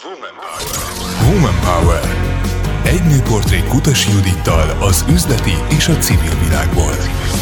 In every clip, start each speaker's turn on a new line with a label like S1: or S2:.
S1: Woman Power. Egy nőportré Kutas Judittal az üzleti és a civil világból.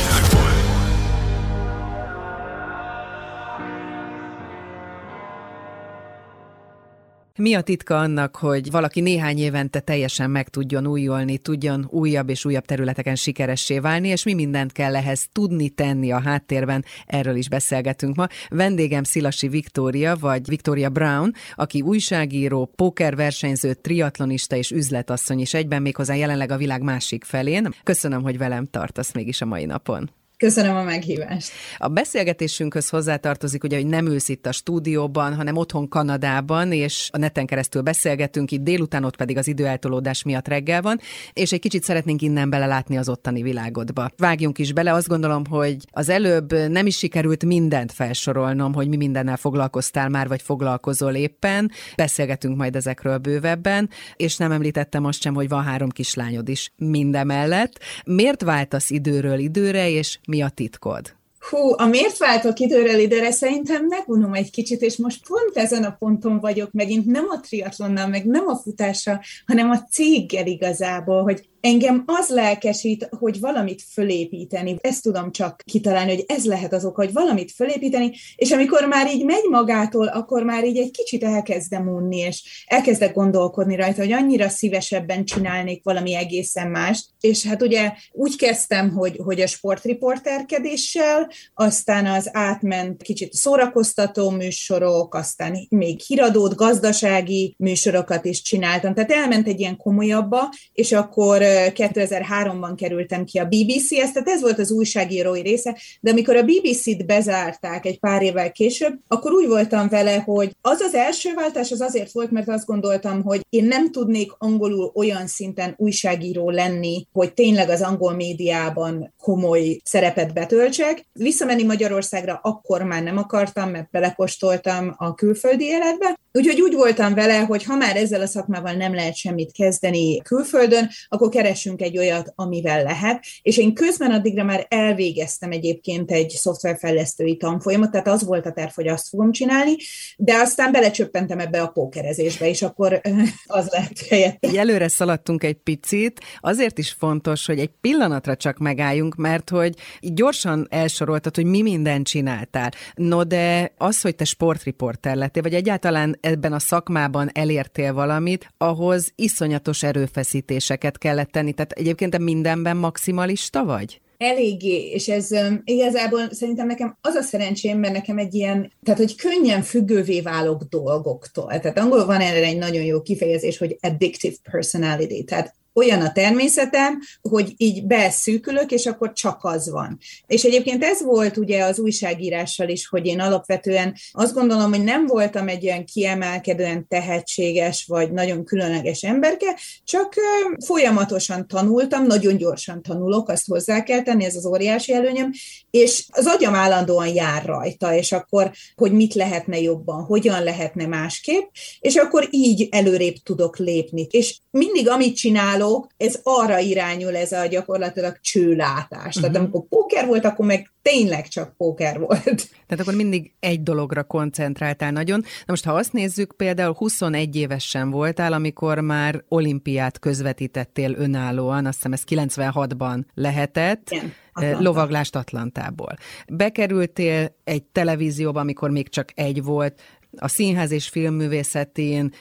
S2: Mi a titka annak, hogy valaki néhány évente teljesen meg tudjon újulni, tudjon újabb és újabb területeken sikeressé válni, és mi mindent kell ehhez tudni tenni a háttérben? Erről is beszélgetünk ma. Vendégem Szilasi Viktória, vagy Victoria Brown, aki újságíró, pókerversenyző, triatlonista és üzletasszony is egyben, méghozzá jelenleg a világ másik felén. Köszönöm, hogy velem tartasz mégis a mai napon.
S3: Köszönöm a meghívást.
S2: A beszélgetésünkhöz hozzátartozik, ugye, hogy nem ülsz itt a stúdióban, hanem otthon Kanadában, és a neten keresztül beszélgetünk itt délután, ott pedig az időeltolódás miatt reggel van, és egy kicsit szeretnénk innen belelátni az ottani világodba. Vágjunk is bele, azt gondolom, hogy az előbb nem is sikerült mindent felsorolnom, hogy mi mindennel foglalkoztál már, vagy foglalkozol éppen. Beszélgetünk majd ezekről bővebben, és nem említettem azt sem, hogy van 3 kislányod is mindemellett. Miért váltasz időről időre, és mi a titkod?
S3: A miért váltok időről időre, szerintem megunom egy kicsit, és most pont ezen a ponton vagyok megint, nem a triatlonnal, meg nem a futással, hanem a céggel igazából, hogy engem az lelkesít, hogy valamit fölépíteni. Ezt tudom csak kitalálni, hogy ez lehet az oka, hogy valamit fölépíteni, és amikor már így megy magától, akkor már így egy kicsit elkezdem unni, és elkezdek gondolkodni rajta, hogy annyira szívesebben csinálnék valami egészen mást. És hát ugye úgy kezdtem, hogy a sportriporterkedéssel, aztán az átment kicsit szórakoztató műsorok, aztán még híradót, gazdasági műsorokat is csináltam. Tehát elment egy ilyen komolyabbba, és akkor 2003-ban kerültem ki a BBC-hez, tehát ez volt az újságírói része, de amikor a BBC-t bezárták egy pár évvel később, akkor úgy voltam vele, hogy az az első váltás az azért volt, mert azt gondoltam, hogy én nem tudnék angolul olyan szinten újságíró lenni, hogy tényleg az angol médiában komoly szerepet betöltsek. Visszamenni Magyarországra akkor már nem akartam, mert belekóstoltam a külföldi életbe. Úgyhogy úgy voltam vele, hogy ha már ezzel a szakmával nem lehet semmit kezdeni külföldön, akkor keressünk egy olyat, amivel lehet. És én közben addigra már elvégeztem egyébként egy szoftverfejlesztői tanfolyamot, tehát az volt a terv, hogy azt fogom csinálni, de aztán belecsöppentem ebbe a pókerezésbe, és akkor az lett helyett.
S2: Előre szaladtunk egy picit, azért is fontos, hogy egy pillanatra csak megálljunk, mert hogy gyorsan elsoroltad, hogy mi mindent csináltál. No, de az, hogy te sportriporter lettél, vagy egyáltalán ebben a szakmában elértél valamit, ahhoz iszonyatos erőfeszítéseket kellett tenni. Tehát egyébként te mindenben maximalista vagy?
S3: Eléggé, és ez igazából szerintem nekem az a szerencsém, mert nekem egy ilyen, tehát hogy könnyen függővé válok dolgoktól. Tehát angolul van erre egy nagyon jó kifejezés, hogy addictive personality, tehát olyan a természetem, hogy így beszűkülök, és akkor csak az van. És egyébként ez volt ugye az újságírással is, hogy én alapvetően azt gondolom, hogy nem voltam egy olyan kiemelkedően tehetséges, vagy nagyon különleges emberke, csak folyamatosan tanultam, nagyon gyorsan tanulok, azt hozzá kell tenni, ez az óriási előnyöm, és az agyam állandóan jár rajta, és akkor, hogy mit lehetne jobban, hogyan lehetne másképp, és akkor így előrébb tudok lépni. És mindig, amit csinálok, ez arra irányul, ez a gyakorlatilag csőlátás. Tehát amikor póker volt, akkor meg tényleg csak póker volt.
S2: Tehát akkor mindig egy dologra koncentráltál nagyon. Na most, ha azt nézzük, például 21 évesen voltál, amikor már olimpiát közvetítettél önállóan, azt hiszem ez 96-ban lehetett.
S3: Igen.
S2: Lovaglást Atlantából. Bekerültél egy televízióba, amikor még csak egy volt, a Színház és Filmművészetén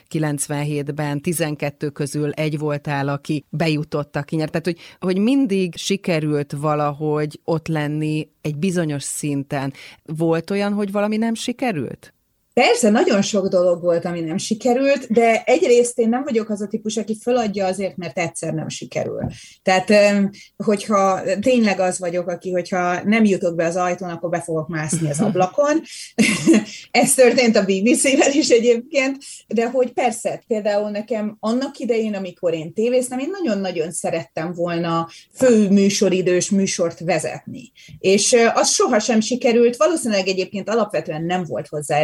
S2: 97-ben 12 közül egy voltál, aki bejutott a kinyert. Tehát, hogy mindig sikerült valahogy ott lenni egy bizonyos szinten. Volt olyan, hogy valami nem sikerült?
S3: Persze, nagyon sok dolog volt, ami nem sikerült, de egyrészt én nem vagyok az a típus, aki föladja azért, mert egyszer nem sikerül. Tehát, hogyha tényleg az vagyok, aki, hogyha nem jutok be az ajtón, akkor be fogok mászni az ablakon. Ez történt a BBC-vel is egyébként, de hogy persze, például nekem annak idején, amikor én tévéztem, én nagyon-nagyon szerettem volna fő műsoridős műsort vezetni. És az sohasem sikerült, valószínűleg egyébként alapvetően nem volt hozzá elég tehet,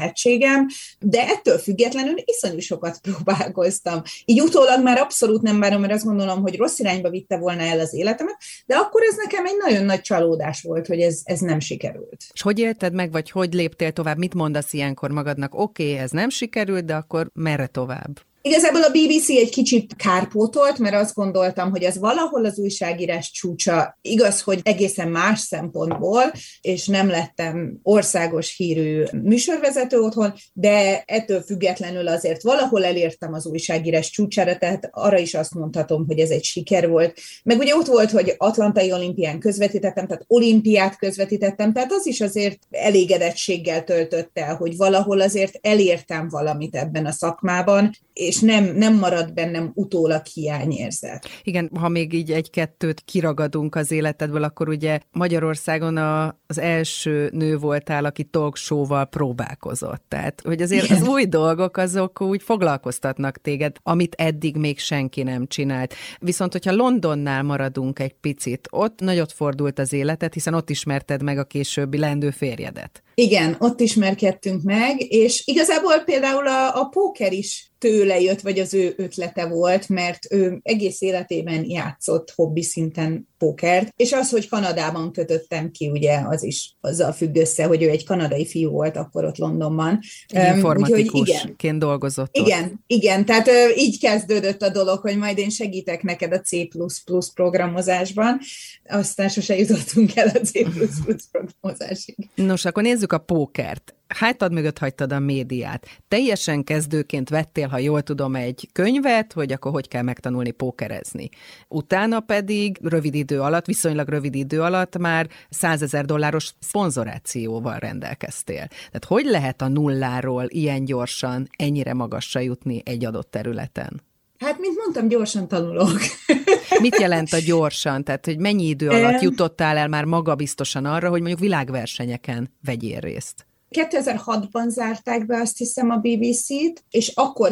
S3: tehetségem, de ettől függetlenül iszonyú sokat próbálkoztam. Így utólag már abszolút nem bánom, mert azt gondolom, hogy rossz irányba vitte volna el az életemet, de akkor ez nekem egy nagyon nagy csalódás volt, hogy ez nem sikerült.
S2: És hogy élted meg, vagy hogy léptél tovább? Mit mondasz ilyenkor magadnak? Oké, ez nem sikerült, de akkor merre tovább?
S3: Igazából a BBC egy kicsit kárpótolt, mert azt gondoltam, hogy ez valahol az újságírás csúcsa. Igaz, hogy egészen más szempontból, és nem lettem országos hírű műsorvezető otthon, de ettől függetlenül azért valahol elértem az újságírás csúcsára, tehát arra is azt mondhatom, hogy ez egy siker volt. Meg ugye ott volt, hogy Atlantai olimpián közvetítettem, tehát olimpiát közvetítettem, tehát az is azért elégedettséggel töltött el, hogy valahol azért elértem valamit ebben a szakmában, és nem marad bennem utólag hiányérzet.
S2: Igen, ha még így egy-kettőt kiragadunk az életedből, akkor ugye Magyarországon az első nő voltál, aki talk show-val próbálkozott. Tehát, hogy azért az új dolgok azok úgy foglalkoztatnak téged, amit eddig még senki nem csinált. Viszont, hogyha Londonnál maradunk egy picit, ott nagyot fordult az életed, hiszen ott ismerted meg a későbbi leendő férjedet.
S3: Igen, ott ismerkedtünk meg, és igazából például a póker is tőle jött, vagy az ő ötlete volt, mert ő egész életében játszott hobbi szinten pókert, és az, hogy Kanadában kötöttem ki, ugye az is azzal függ össze, hogy ő egy kanadai fiú volt akkor ott Londonban.
S2: Informatikusként dolgozott ott.
S3: Igen, tehát így kezdődött a dolog, hogy majd én segítek neked a C++ programozásban, aztán sose jutottunk el a C++ programozásig.
S2: Nos, akkor nézzük a pókert. Hátad mögött hagytad a médiát. Teljesen kezdőként vettél, ha jól tudom, egy könyvet, hogy akkor hogy kell megtanulni pókerezni. Utána pedig viszonylag rövid idő alatt már $100,000 szponzorációval rendelkeztél. Tehát hogy lehet a nulláról ilyen gyorsan, ennyire magasra jutni egy adott területen?
S3: Hát, mint mondtam, gyorsan tanulok.
S2: Mit jelent a gyorsan? Tehát, hogy mennyi idő alatt jutottál el már magabiztosan arra, hogy mondjuk világversenyeken vegyél részt?
S3: 2006-ban zárták be, azt hiszem, a BBC-t, és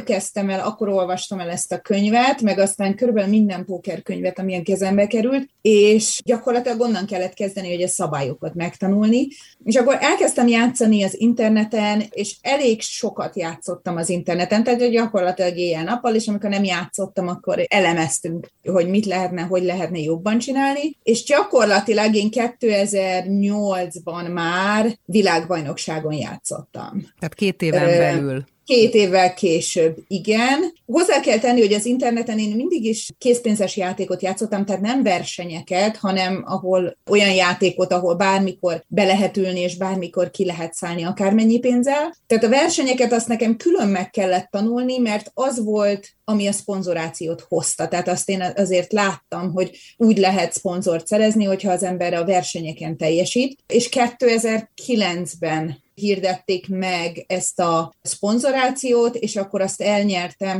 S3: akkor olvastam el ezt a könyvet, meg aztán körülbelül minden pókerkönyvet, ami a kezembe került, és gyakorlatilag onnan kellett kezdeni, hogy a szabályokat megtanulni. És akkor elkezdtem játszani az interneten, és elég sokat játszottam az interneten, tehát gyakorlatilag éjjel-nappal, és amikor nem játszottam, akkor elemeztünk, hogy mit lehetne, hogy lehetne jobban csinálni, és gyakorlatilag én 2008-ban már világbajnokságon játszottam.
S2: Tehát 2 éven belül.
S3: 2 évvel később, igen. Hozzá kell tenni, hogy az interneten én mindig is készpénzes játékot játszottam, tehát nem versenyeket, hanem olyan játékot, ahol bármikor be lehet ülni, és bármikor ki lehet szállni akármennyi pénzzel. Tehát a versenyeket azt nekem külön meg kellett tanulni, mert az volt, ami a szponzorációt hozta. Tehát azt én azért láttam, hogy úgy lehet szponzort szerezni, hogyha az ember a versenyeken teljesít. És 2009-ben hirdették meg ezt a szponzorációt, és akkor azt elnyertem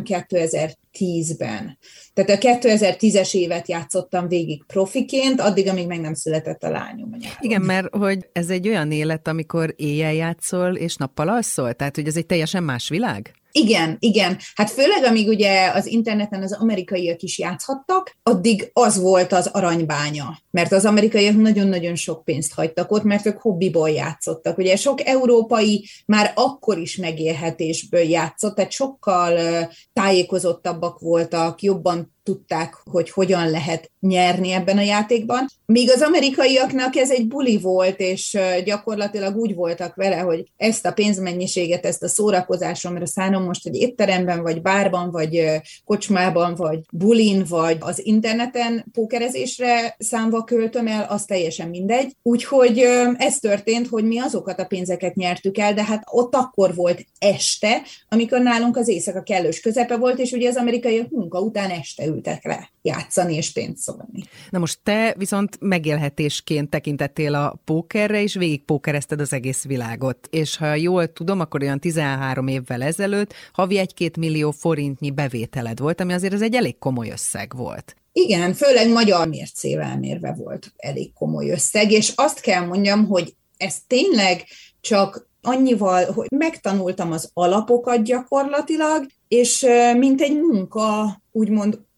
S3: 2010-ben. Tehát a 2010-es évet játszottam végig profiként, addig, amíg meg nem született a lányom a nyáron.
S2: Igen, mert hogy ez egy olyan élet, amikor éjjel játszol, és nappal alszol? Tehát, hogy ez egy teljesen más világ?
S3: Igen. Hát főleg, amíg ugye az interneten az amerikaiak is játszhattak, addig az volt az aranybánya. Mert az amerikaiak nagyon-nagyon sok pénzt hagytak ott, mert ők hobbiból játszottak. Ugye sok európai már akkor is megélhetésből játszott, tehát sokkal tájékozottabbak voltak, jobban tudták, hogy hogyan lehet nyerni ebben a játékban. Míg az amerikaiaknak ez egy buli volt, és gyakorlatilag úgy voltak vele, hogy ezt a pénzmennyiséget, ezt a szórakozásomra szánom most, hogy étteremben, vagy bárban, vagy kocsmában, vagy bulin, vagy az interneten pókerezésre számva költöm el, az teljesen mindegy. Úgyhogy ez történt, hogy mi azokat a pénzeket nyertük el, de hát ott akkor volt este, amikor nálunk az éjszaka kellős közepe volt, és ugye az amerikaiak munka után este ültek le játszani és pénzt szólni.
S2: Na most te viszont megélhetésként tekintettél a pókerre, és végigpókerezted az egész világot. És ha jól tudom, akkor olyan 13 évvel ezelőtt havi 1-2 millió forintnyi bevételed volt, ami azért az egy elég komoly összeg volt.
S3: Igen, főleg magyar mércével mérve volt elég komoly összeg, és azt kell mondjam, hogy ez tényleg csak annyival, hogy megtanultam az alapokat gyakorlatilag, és mint egy munka, úgymond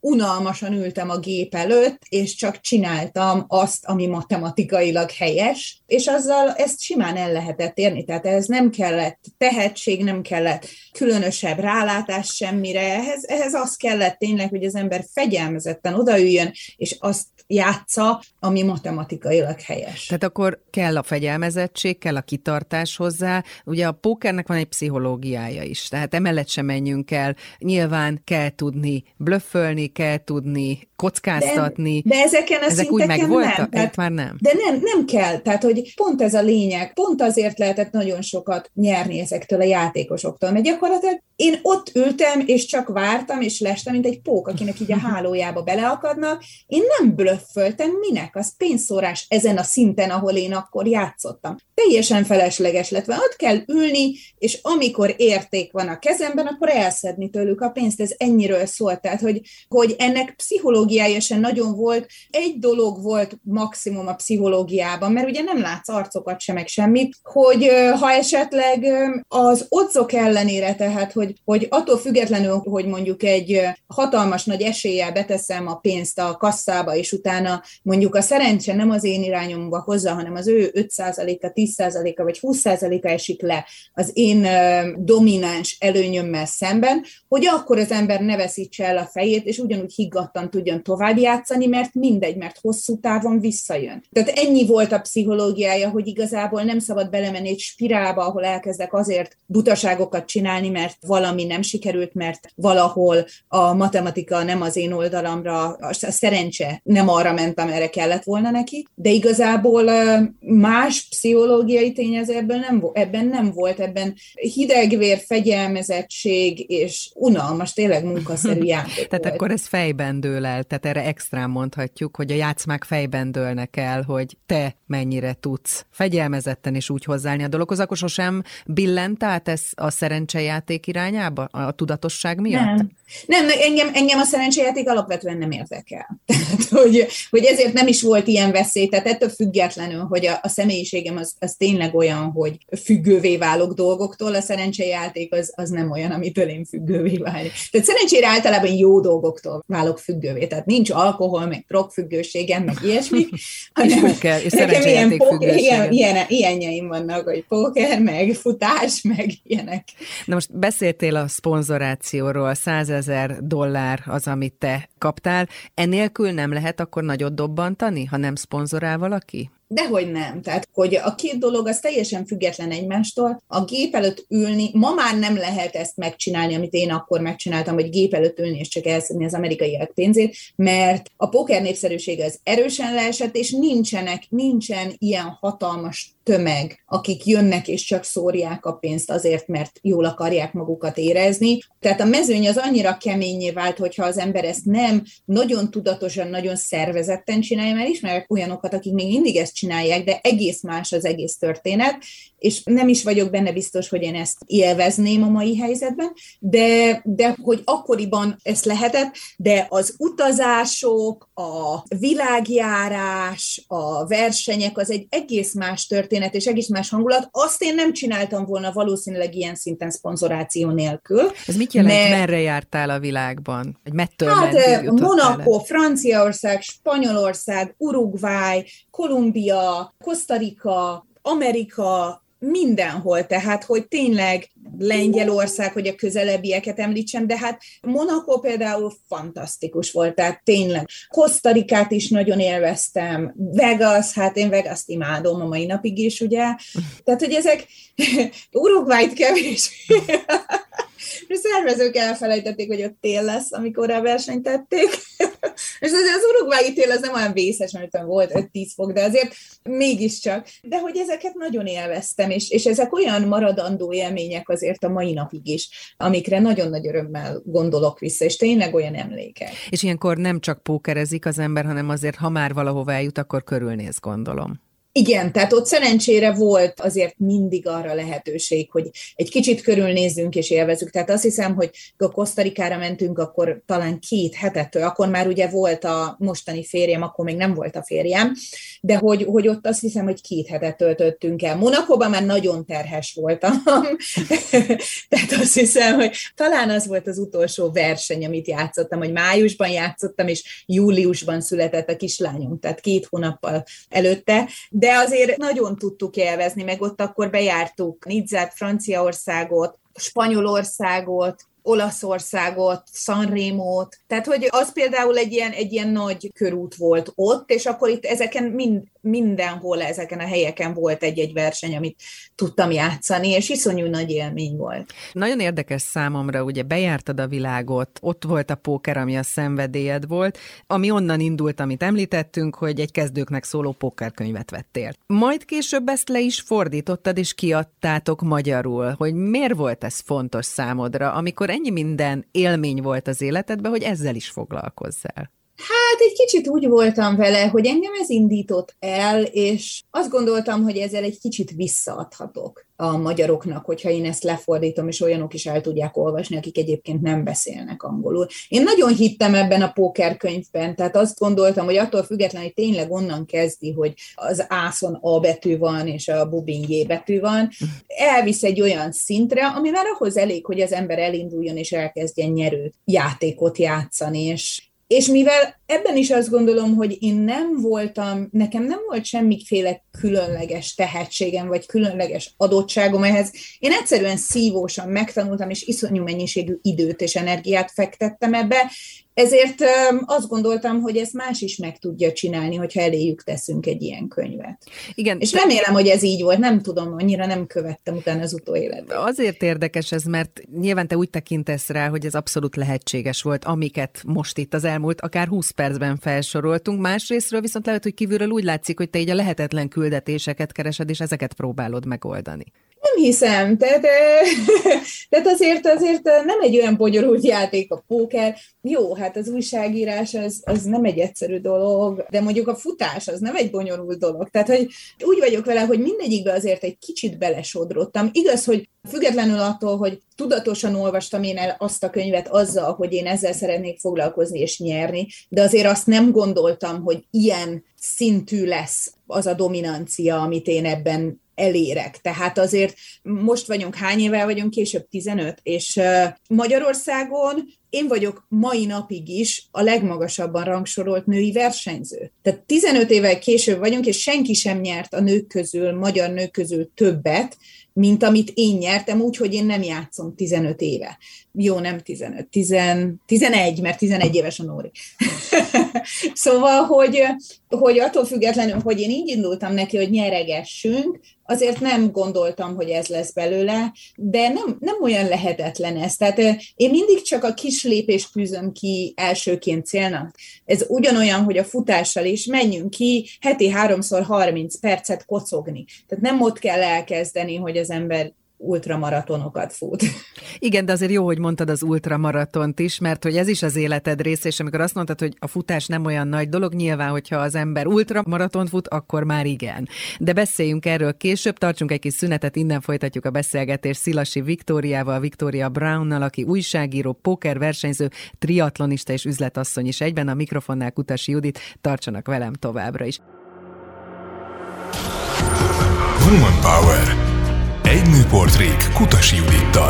S3: unalmasan ültem a gép előtt, és csak csináltam azt, ami matematikailag helyes, és azzal ezt simán el lehetett érni, tehát ez nem kellett tehetség, nem kellett különösebb rálátás semmire, ehhez az kellett tényleg, hogy az ember fegyelmezetten odaüljön, és azt játsza, ami matematikailag helyes.
S2: Tehát akkor kell a fegyelmezettség, kell a kitartás hozzá. Ugye a pókernek van egy pszichológiája is, tehát emellett sem menjünk el. Nyilván kell tudni blöffölni, kell tudni kockáztatni.
S3: De ezeken a
S2: ezek úgy megvoltak? Tehát már nem.
S3: De nem kell. Tehát, hogy pont ez a lényeg. Pont azért lehetett nagyon sokat nyerni ezektől a játékosoktól, mert gyakorlatilag én ott ültem, és csak vártam, és lestem, mint egy pók, akinek így a hálójába beleakadnak. Én nem blöfföltem, minek? Az pénzszórás ezen a szinten, ahol én akkor játszottam. Teljesen felesleges lett, mert ott kell ülni, és amikor érték van a kezemben, akkor elszedni tőlük a pénzt. Ez ennyiről szólt. Tehát, hogy ennek pszichológiája sem nagyon volt. Egy dolog volt maximum a pszichológiában, mert ugye nem látsz arcokat sem, meg semmit, hogy ha esetleg az odzok ellenére, tehát, hogy attól függetlenül, hogy mondjuk egy hatalmas nagy eséllyel beteszem a pénzt a kasszába, és utána mondjuk a szerencse nem az én irányomba hozza, hanem az ő 5%-a, 10%-a vagy 20%-a esik le az én domináns előnyömmel szemben, hogy akkor az ember ne veszítse el a fejét, és ugyanúgy higgadtan tudjon tovább játszani, mert mindegy, mert hosszú távon visszajön. Tehát ennyi volt a pszichológiája, hogy igazából nem szabad belemenni egy spirálba, ahol elkezdek azért butaságokat csinálni, mert valami nem sikerült, mert valahol a matematika nem az én oldalamra, a szerencse nem arra ment, amerre kellett volna neki, de igazából más pszichológiai tényező ebben nem volt, ebben hidegvér, fegyelmezettség és unalmas, tényleg munkaszerű játék
S2: Tehát
S3: volt.
S2: akkor ez fejben dől el, tehát erre extrán mondhatjuk, hogy a játszmák fejben dőlnek el, hogy te mennyire tudsz fegyelmezetten és úgy hozzáállni a dologhoz, akkor sosem billent át ez a szerencsejáték irányába, a tudatosság miatt?
S3: Nem, engem a szerencsejáték alapvetően nem érdekel. Tehát, hogy ezért nem is volt ilyen veszély, tehát ettől függetlenül, hogy a személyiségem az tényleg olyan, hogy függővé válok dolgoktól, a szerencsejáték az nem olyan, amitől én függővé válok. Tehát szerencsére általában jó dolgoktól válok függővé, tehát nincs alkohol, meg drogfüggőségem, meg ilyesmi,
S2: hanem póker, és szerencsejáték függőségem.
S3: Ilyenjeim vannak, hogy póker, meg futás, meg ilyenek.
S2: Na most beszéltél a szponzorációról, $100,000 az, amit te kaptál. Enélkül nem lehet akkor nagyot dobbantani, ha nem szponzorál valaki?
S3: Dehogy nem. Tehát, hogy a két dolog az teljesen független egymástól. A gép előtt ülni, ma már nem lehet ezt megcsinálni, amit én akkor megcsináltam, hogy gép előtt ülni és csak elszedni az amerikaiak pénzét, mert a póker népszerűsége az erősen leesett, és nincsen ilyen hatalmas tömeg, akik jönnek és csak szórják a pénzt azért, mert jól akarják magukat érezni. Tehát a mezőny az annyira keményé vált, hogyha az ember ezt nem nagyon tudatosan, nagyon szervezetten csinálja, mert ismerek olyanokat, akik még mindig ezt csinálják, de egész más az egész történet, és nem is vagyok benne biztos, hogy én ezt élvezném a mai helyzetben, de hogy akkoriban ezt lehetett, de az utazások, a világjárás, a versenyek, az egy egész más történet, és egész más hangulat. Azt én nem csináltam volna valószínűleg ilyen szinten szponzoráció nélkül.
S2: Ez mit jelent, merre jártál a világban? Hogy mettől
S3: Monaco, Franciaország, Spanyolország, Uruguay, Kolumbia, Costa Rica, Amerika, mindenhol, tehát, hogy tényleg Lengyelország, hogy a közelebbieket említsem, de hát Monaco például fantasztikus volt, tehát tényleg. Costa Ricát is nagyon élveztem, Vegas, hát én Vegas-t imádom a mai napig is, ugye? Tehát, hogy ezek Uruguayt kevés. A szervezők elfelejtették, hogy ott tél lesz, amikor a versenyt tették. És az uruguayi tél az nem olyan vészes, mert volt 5-10 fok, de azért mégiscsak. De hogy ezeket nagyon élveztem, és ezek olyan maradandó élmények azért a mai napig is, amikre nagyon nagy örömmel gondolok vissza, és tényleg olyan emlékek.
S2: És ilyenkor nem csak pókerezik az ember, hanem azért, ha már valahova eljut, akkor körülnéz, gondolom.
S3: Igen, tehát ott szerencsére volt azért mindig arra lehetőség, hogy egy kicsit körülnézzünk és élvezzük. Tehát azt hiszem, hogy a Costa Ricára mentünk, akkor talán 2 hetettől, akkor már ugye volt a mostani férjem, akkor még nem volt a férjem, de hogy ott azt hiszem, hogy 2 hetet töltöttünk el. Monacóban már nagyon terhes voltam, tehát azt hiszem, hogy talán az volt az utolsó verseny, amit játszottam, hogy májusban játszottam, és júliusban született a kislányunk, tehát 2 hónappal előtte, de azért nagyon tudtuk élvezni, meg ott akkor bejártuk Nizzát, Franciaországot, Spanyolországot, Olaszországot, Sanremót, tehát hogy az például egy ilyen nagy körút volt ott, és akkor itt ezeken mindenhol ezeken a helyeken volt egy-egy verseny, amit tudtam játszani, és iszonyú nagy élmény volt.
S2: Nagyon érdekes számomra, ugye bejártad a világot, ott volt a póker, ami a szenvedélyed volt, ami onnan indult, amit említettünk, hogy egy kezdőknek szóló pókerkönyvet vettél. Majd később ezt le is fordítottad, és kiadtátok magyarul, hogy miért volt ez fontos számodra, amikor ennyi minden élmény volt az életedben, hogy ezzel is foglalkozzál.
S3: Hát egy kicsit úgy voltam vele, hogy engem ez indított el, és azt gondoltam, hogy ezzel egy kicsit visszaadhatok a magyaroknak, hogyha én ezt lefordítom, és olyanok is el tudják olvasni, akik egyébként nem beszélnek angolul. Én nagyon hittem ebben a pókerkönyvben, tehát azt gondoltam, hogy attól függetlenül, hogy tényleg onnan kezdi, hogy az ászon A betű van, és a bubin J betű van, elvisz egy olyan szintre, ami már ahhoz elég, hogy az ember elinduljon, és elkezdjen nyerő játékot játszani, és mivel ebben is azt gondolom, hogy nekem nem volt semmiféle különleges tehetségem, vagy különleges adottságom ehhez. Én egyszerűen szívósan megtanultam, és iszonyú mennyiségű időt és energiát fektettem ebbe, ezért azt gondoltam, hogy ezt más is meg tudja csinálni, hogyha eléjük teszünk egy ilyen könyvet.
S2: Igen,
S3: és remélem, hogy ez így volt, nem tudom, annyira nem követtem utána az utóéletben.
S2: Azért érdekes ez, mert nyilván te úgy tekintesz rá, hogy ez abszolút lehetséges volt, amiket most itt az elmúlt akár 20 percben felsoroltunk. Másrésztről viszont lehet, hogy kívülről úgy látszik, hogy te így a lehetetlen küldetéseket keresed, és ezeket próbálod megoldani.
S3: Nem hiszem, tehát azért nem egy olyan bonyolult játék a póker. Jó, hát az újságírás az nem egy egyszerű dolog, de mondjuk a futás az nem egy bonyolult dolog. Tehát hogy úgy vagyok vele, hogy mindegyikbe azért egy kicsit belesodrottam. Igaz, hogy függetlenül attól, hogy tudatosan olvastam én el azt a könyvet azzal, hogy én ezzel szeretnék foglalkozni és nyerni, de azért azt nem gondoltam, hogy ilyen szintű lesz az a dominancia, amit én ebben elérek. Tehát azért most vagyunk, hány éve vagyunk később? 15, és Magyarországon én vagyok mai napig is a legmagasabban rangsorolt női versenyző. Tehát 15 évvel később vagyunk, és senki sem nyert a nők közül, magyar nők közül többet, mint amit én nyertem, úgyhogy én nem játszom 15 éve. Jó, nem 15, 11, mert 11 éves a Nóri. Szóval, hogy attól függetlenül, hogy én így indultam neki, hogy nyeregessünk, azért nem gondoltam, hogy ez lesz belőle, de nem olyan lehetetlen ez. Tehát én mindig csak a kis lépést tűzöm ki elsőként célnak. Ez ugyanolyan, hogy a futással is menjünk ki heti 3x30 percet kocogni. Tehát nem ott kell elkezdeni, hogy az ember ultramaratonokat fut.
S2: Igen, de azért jó, hogy mondtad az ultramaratont is, mert hogy ez is az életed része, és amikor azt mondtad, hogy a futás nem olyan nagy dolog, nyilván, hogyha az ember ultramaratont fut, akkor már igen. De beszéljünk erről később, tartsunk egy kis szünetet, innen folytatjuk a beszélgetést Szilasi Viktóriával, Victoria Brownnal, aki újságíró, pókerversenyző, triatlonista és üzletasszony is egyben, a mikrofonnál Kutasi Judit, tartsanak velem továbbra is.
S1: Woman Power. Egy nőportrék Kutasi Judittal.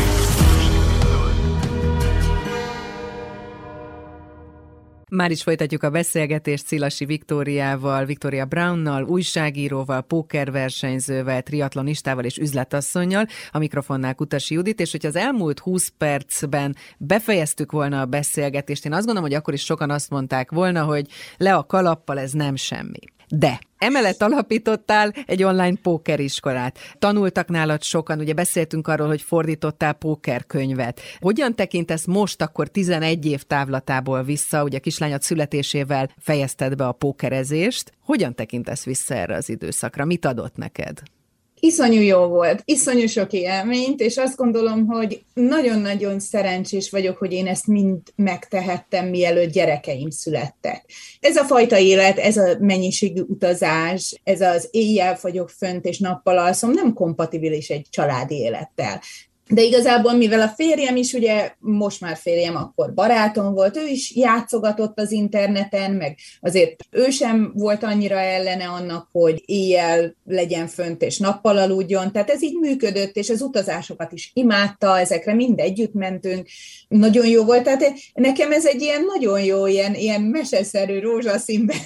S2: Már is folytatjuk a beszélgetést Szilasi Viktóriával, Victoria Brownnal, újságíróval, pókerversenyzővel, triatlonistával és üzletasszonnyal, a mikrofonnál Kutasi Judit, és hogyha az elmúlt 20 percben befejeztük volna a beszélgetést, én azt gondolom, hogy akkor is sokan azt mondták volna, hogy le a kalappal, ez nem semmi. De emellett alapítottál egy online pókeriskolát. Tanultak nálad sokan, ugye beszéltünk arról, hogy fordítottál pókerkönyvet. Hogyan tekintesz most akkor 11 év távlatából vissza, ugye a kislányod születésével fejezted be a pókerezést. Hogyan tekintesz vissza erre az időszakra? Mit adott neked?
S3: Iszonyú jó volt, iszonyú sok élményt, és azt gondolom, hogy nagyon-nagyon szerencsés vagyok, hogy én ezt mind megtehettem, mielőtt gyerekeim születtek. Ez a fajta élet, ez a mennyiségű utazás, ez az éjjel fagyok fönt és nappal alszom, nem kompatibilis egy családi élettel. De igazából, mivel a férjem is, ugye most már férjem, akkor barátom volt, ő is játszogatott az interneten, meg azért ő sem volt annyira ellene annak, hogy éjjel legyen fönt és nappal aludjon, tehát ez így működött, és az utazásokat is imádta, ezekre mind együtt mentünk, nagyon jó volt, tehát nekem ez egy ilyen nagyon jó, ilyen meseszerű rózsaszínben,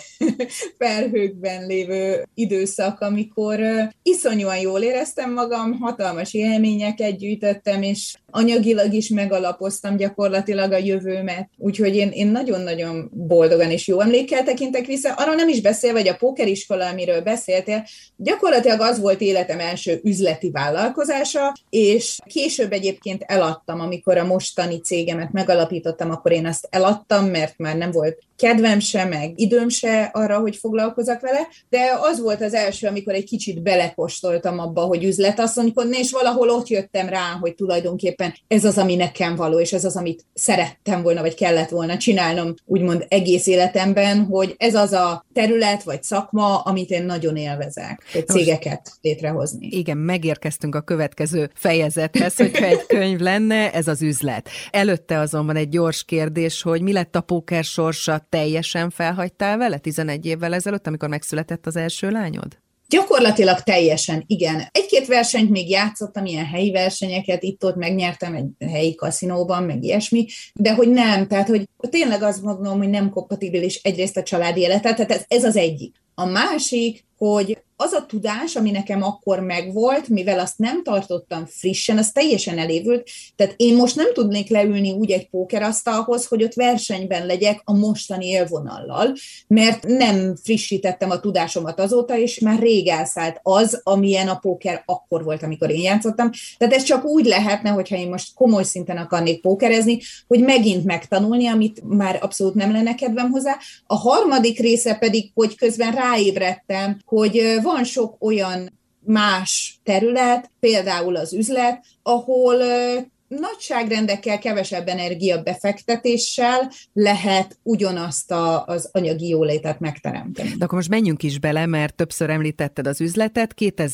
S3: felhőkben lévő időszak, amikor iszonyúan jól éreztem magam, hatalmas élményeket gyűjtöttem, és anyagilag is megalapoztam gyakorlatilag a jövőmet. Úgyhogy én nagyon-nagyon boldogan és jó emlékkel tekintek vissza. Arról nem is beszélve, hogy a pókeriskola, amiről beszéltél, gyakorlatilag az volt életem első üzleti vállalkozása, és később egyébként eladtam, amikor a mostani cégemet megalapítottam, akkor én azt eladtam, mert már nem volt kedvem se, meg időm se arra, hogy foglalkozzak vele, de az volt az első, amikor egy kicsit belekóstoltam abba, hogy üzletasszonykodni, és valahol ott jöttem rá, hogy tulajdonképpen ez az, ami nekem való, és ez az, amit szerettem volna, vagy kellett volna csinálnom, úgymond egész életemben, hogy ez az a terület, vagy szakma, amit én nagyon élvezek, hogy cégeket létrehozni.
S2: Igen, megérkeztünk a következő fejezethez, hogyha egy könyv lenne, ez az üzlet. Előtte azonban egy gyors kérdés, hogy mi lett a póker sorsa, teljesen felhagytál vele 11 évvel ezelőtt, amikor megszületett az első lányod?
S3: Gyakorlatilag teljesen, igen. Egy-két versenyt még játszottam, ilyen helyi versenyeket, itt-ott megnyertem egy helyi kaszinóban, meg ilyesmi, de hogy nem, tehát hogy tényleg azt mondom, hogy nem kompatibilis egyrészt a családi életet, tehát ez az egyik. A másik, hogy az a tudás, ami nekem akkor megvolt, mivel azt nem tartottam frissen, az teljesen elévült, tehát én most nem tudnék leülni úgy egy pókerasztalhoz, hogy ott versenyben legyek a mostani élvonallal, mert nem frissítettem a tudásomat azóta, és már rég elszállt az, amilyen a póker akkor volt, amikor én játszottam. Tehát ez csak úgy lehetne, hogyha én most komoly szinten akarnék pókerezni, hogy megint megtanulni, amit már abszolút nem lenne kedvem hozzá. A harmadik része pedig, hogy közben ráébredtem, hogy van sok olyan más terület, például az üzlet, ahol nagyságrendekkel, kevesebb energiabefektetéssel lehet ugyanazt az anyagi jólétet megteremteni.
S2: De akkor most menjünk is bele, mert többször említetted az üzletet.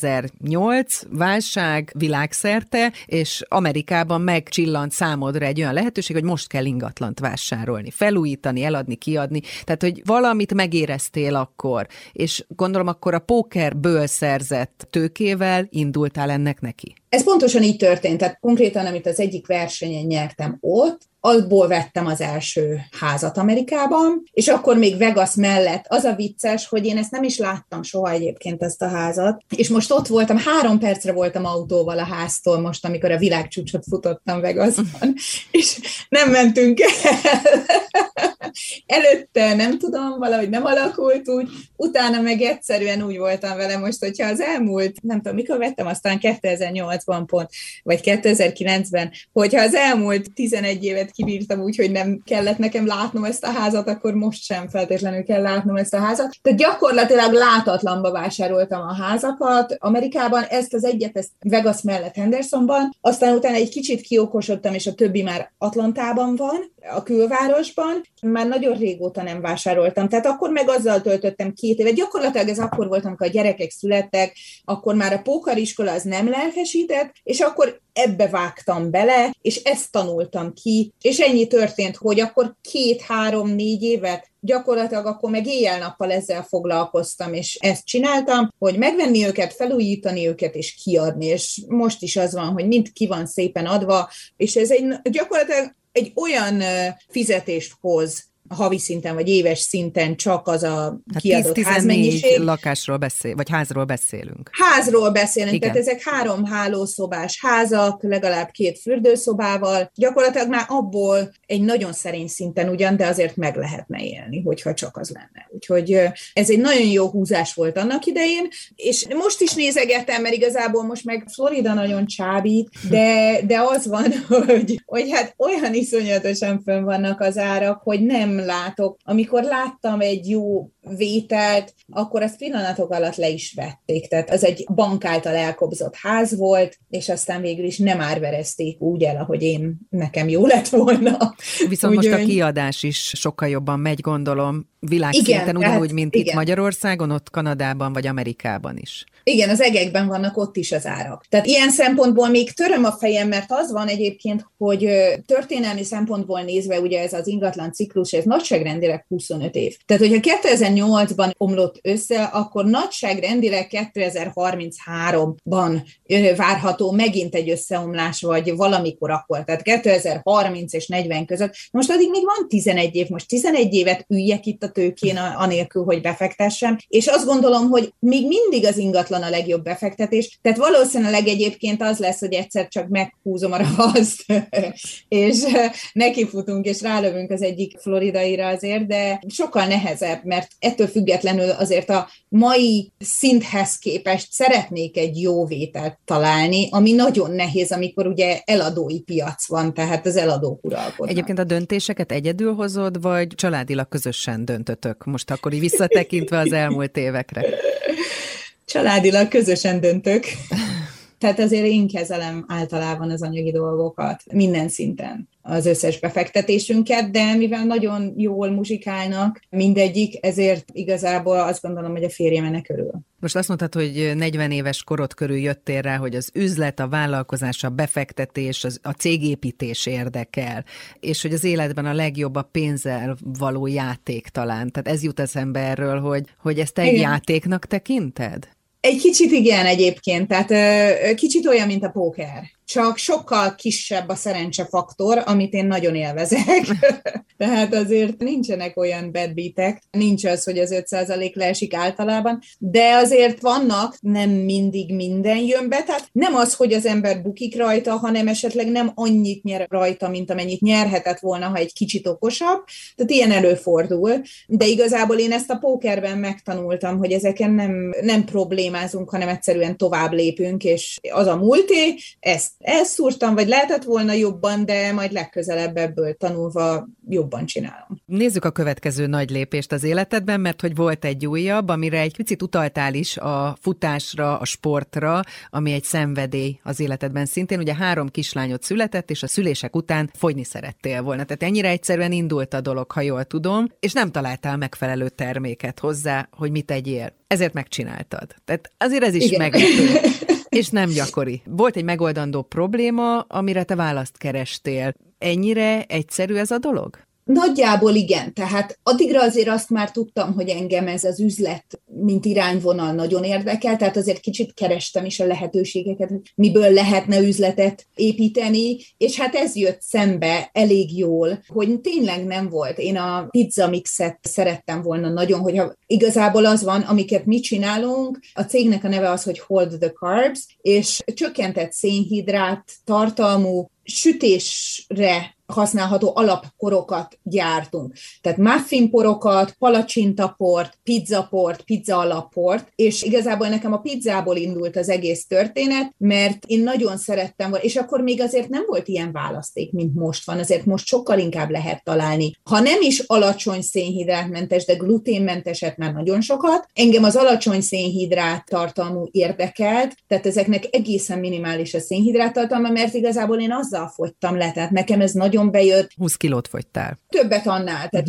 S2: 2008, válság világszerte, és Amerikában megcsillant számodra egy olyan lehetőség, hogy most kell ingatlant vásárolni, felújítani, eladni, kiadni. Tehát, hogy valamit megéreztél akkor, és gondolom akkor a pókerből szerzett tőkével indultál ennek neki.
S3: Ez pontosan így történt, tehát konkrétan, amit az egyik versenyen nyertem ott, abból vettem az első házat Amerikában, és akkor még Vegas mellett az a vicces, hogy én ezt nem is láttam soha egyébként ezt a házat, és most ott voltam, 3 percre voltam autóval a háztól most, amikor a világcsúcsot futottam Vegasban, és nem mentünk el. Előtte nem tudom, valahogy nem alakult úgy, utána meg egyszerűen úgy voltam vele most, hogyha az elmúlt, nem tudom, mikor vettem, aztán 2008-ban pont, vagy 2009-ben, hogyha az elmúlt 11 évet kibírtam úgy, hogy nem kellett nekem látnom ezt a házat, akkor most sem feltétlenül kell látnom ezt a házat. Tehát gyakorlatilag látatlanba vásároltam a házakat Amerikában, ezt az egyet, ezt Vegas mellett Hendersonban, aztán utána egy kicsit kiokosodtam, és a többi már Atlantában van, a külvárosban, már nagyon régóta nem vásároltam, tehát akkor meg azzal töltöttem 2 évet. Gyakorlatilag ez akkor volt, amikor a gyerekek születtek, akkor már a pókeriskola az nem lelkesített, és akkor ebbe vágtam bele, és ezt tanultam ki, és ennyi történt, hogy akkor 2-3-4 évet gyakorlatilag akkor meg éjjel-nappal ezzel foglalkoztam, és ezt csináltam, hogy megvenni őket, felújítani őket, és kiadni, és most is az van, hogy mind ki van szépen adva, és ez gyakorlatilag egy olyan fizetést hoz havi szinten, vagy éves szinten csak az a kiadott házmennyiség.
S2: Lakásról vagy házról beszélünk.
S3: Házról beszélünk, igen. Tehát ezek 3 hálószobás házak, legalább 2 fürdőszobával, gyakorlatilag már abból egy nagyon szerény szinten ugyan, de azért meg lehetne élni, hogyha csak az lenne. Úgyhogy ez egy nagyon jó húzás volt annak idején, és most is nézegettem, mert igazából most meg Florida nagyon csábít, de az van, hogy hát olyan iszonyatosan fönn vannak az árak, hogy nem látok. Amikor láttam egy jó vételt, akkor azt pillanatok alatt le is vették. Tehát az egy bank által elkobzott ház volt, és aztán végül is nem árverezték úgy el, ahogy nekem jó lett volna.
S2: Viszont most a kiadás is sokkal jobban megy, gondolom, világszinten, ugyanúgy, mint itt Magyarországon, ott Kanadában vagy Amerikában is.
S3: Igen, az egekben vannak ott is az árak. Tehát ilyen szempontból még töröm a fejem, mert az van egyébként, hogy történelmi szempontból nézve, ugye ez az ingatlan ciklus, ez nagyságrendileg 25 év. Tehát, hogyha 2008-ban omlott össze, akkor nagyságrendileg 2033-ban várható megint egy összeomlás, vagy valamikor akkor. Tehát 2030 és 40 között. Most addig még van 11 év, most 11 évet üljek itt a tőkén anélkül, hogy befektessem, és azt gondolom, hogy még mindig az ingatlan a legjobb befektetés, tehát valószínűleg egyébként az lesz, hogy egyszer csak meghúzom a ravaszt, és nekifutunk, és rálövünk az egyik floridaira azért, de sokkal nehezebb, mert ettől függetlenül azért a mai szinthez képest szeretnék egy jó vételt találni, ami nagyon nehéz, amikor ugye eladói piac van, tehát az eladók uralkodnak.
S2: Egyébként a döntéseket egyedül hozod, vagy családilag közösen döntötök? Most akkor így visszatekintve az elmúlt évekre.
S3: Családilag közösen döntök. Tehát azért én kezelem általában az anyagi dolgokat, minden szinten az összes befektetésünket, de mivel nagyon jól muzsikálnak mindegyik, ezért igazából azt gondolom, hogy a férjem ennek örül.
S2: Most azt mondtad, hogy 40 éves korod körül jöttél rá, hogy az üzlet, a vállalkozás, a befektetés, a cégépítés érdekel, és hogy az életben a legjobb a pénzzel való játék talán. Tehát ez jut eszembe erről, hogy ezt egy játéknak tekinted?
S3: Egy kicsit igen egyébként, tehát kicsit olyan, mint a póker. Csak sokkal kisebb a szerencsefaktor, amit én nagyon élvezek. Tehát azért nincsenek olyan bad beatek, nincs az, hogy az 5% leesik általában, de azért vannak, nem mindig minden jön be, tehát nem az, hogy az ember bukik rajta, hanem esetleg nem annyit nyer rajta, mint amennyit nyerhetett volna, ha egy kicsit okosabb, tehát ilyen előfordul, de igazából én ezt a pókerben megtanultam, hogy ezeken nem problémázunk, hanem egyszerűen tovább lépünk, és az a múlté, ezt elszúrtam, vagy lehetett volna jobban, de majd legközelebb ebből tanulva jobban csinálom.
S2: Nézzük a következő nagy lépést az életedben, mert hogy volt egy újabb, amire egy picit utaltál is, a futásra, a sportra, ami egy szenvedély az életedben szintén. Ugye 3 kislányod született, és a szülések után fogyni szerettél volna. Tehát ennyire egyszerűen indult a dolog, ha jól tudom, és nem találtál megfelelő terméket hozzá, hogy mit tegyél. Ezért megcsináltad. Tehát azért ez is meglepő. És nem gyakori. Volt egy megoldandó probléma, amire te választ kerestél. Ennyire egyszerű ez a dolog?
S3: Nagyjából igen, tehát addigra azért azt már tudtam, hogy engem ez az üzlet, mint irányvonal nagyon érdekel, tehát azért kicsit kerestem is a lehetőségeket, miből lehetne üzletet építeni, és hát ez jött szembe elég jól, hogy tényleg nem volt. Én a pizza mixet szerettem volna nagyon, hogyha igazából az van, amiket mi csinálunk, a cégnek a neve az, hogy Hold the Carbs, és csökkentett szénhidrát tartalmú sütésre használható alapporokat gyártunk. Tehát muffinporokat, palacsintaport, pizzaport, pizza alapport, és igazából nekem a pizzából indult az egész történet, mert én nagyon szerettem volna, és akkor még azért nem volt ilyen választék, mint most van, azért most sokkal inkább lehet találni. Ha nem is alacsony szénhidrátmentes, de gluténmenteset már nagyon sokat, engem az alacsony szénhidrát tartalmú érdekelt, tehát ezeknek egészen minimális a szénhidrát tartalma, mert igazából én azzal fogytam le, tehát nekem ez nagyon bejött.
S2: 20 kilót fogytál.
S3: Többet annál, tehát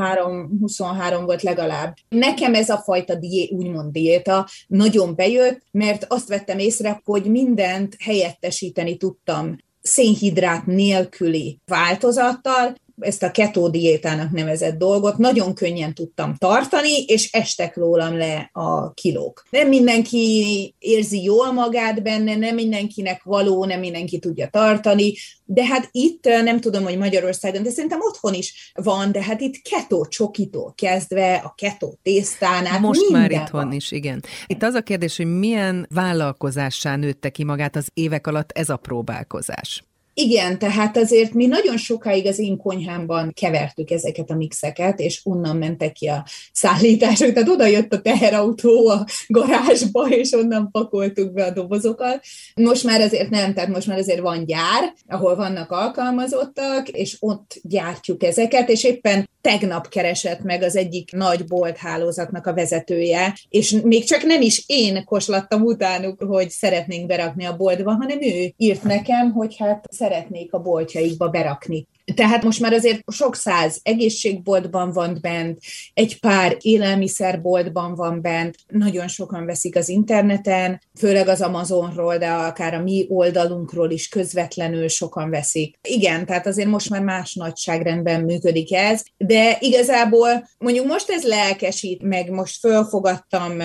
S3: 23 volt legalább. Nekem ez a fajta úgymond diéta nagyon bejött, mert azt vettem észre, hogy mindent helyettesíteni tudtam szénhidrát nélküli változattal, ezt a keto diétának nevezett dolgot nagyon könnyen tudtam tartani, és estek rólam le a kilók. Nem mindenki érzi jól magát benne, nem mindenkinek való, nem mindenki tudja tartani, de hát itt, nem tudom, hogy Magyarországon, de szerintem otthon is van, de hát itt keto csokitól kezdve, a keto tésztán át
S2: most már itthon
S3: van.
S2: is, igen. Itt az a kérdés, hogy milyen vállalkozássá nőtte ki magát az évek alatt ez a próbálkozás?
S3: Igen, tehát azért mi nagyon sokáig az én konyhámban kevertük ezeket a mixeket, és onnan mentek ki a szállítások. Tehát oda jött a teherautó a garázsba, és onnan pakoltuk be a dobozokat. Most már azért nem, tehát most már azért van gyár, ahol vannak alkalmazottak, és ott gyártjuk ezeket, és éppen tegnap keresett meg az egyik nagy bolthálózatnak a vezetője, és még csak nem is én koslattam utánuk, hogy szeretnénk berakni a boltba, hanem ő írt nekem, hogy hát szeretnék a boltjaikba berakni. Tehát most már azért sok száz egészségboltban van bent, egy pár élelmiszerboltban van bent, nagyon sokan veszik az interneten, főleg az Amazonról, de akár a mi oldalunkról is közvetlenül sokan veszik. Igen, tehát azért most már más nagyságrendben működik ez, de igazából mondjuk most ez lelkesít, meg most fölfogadtam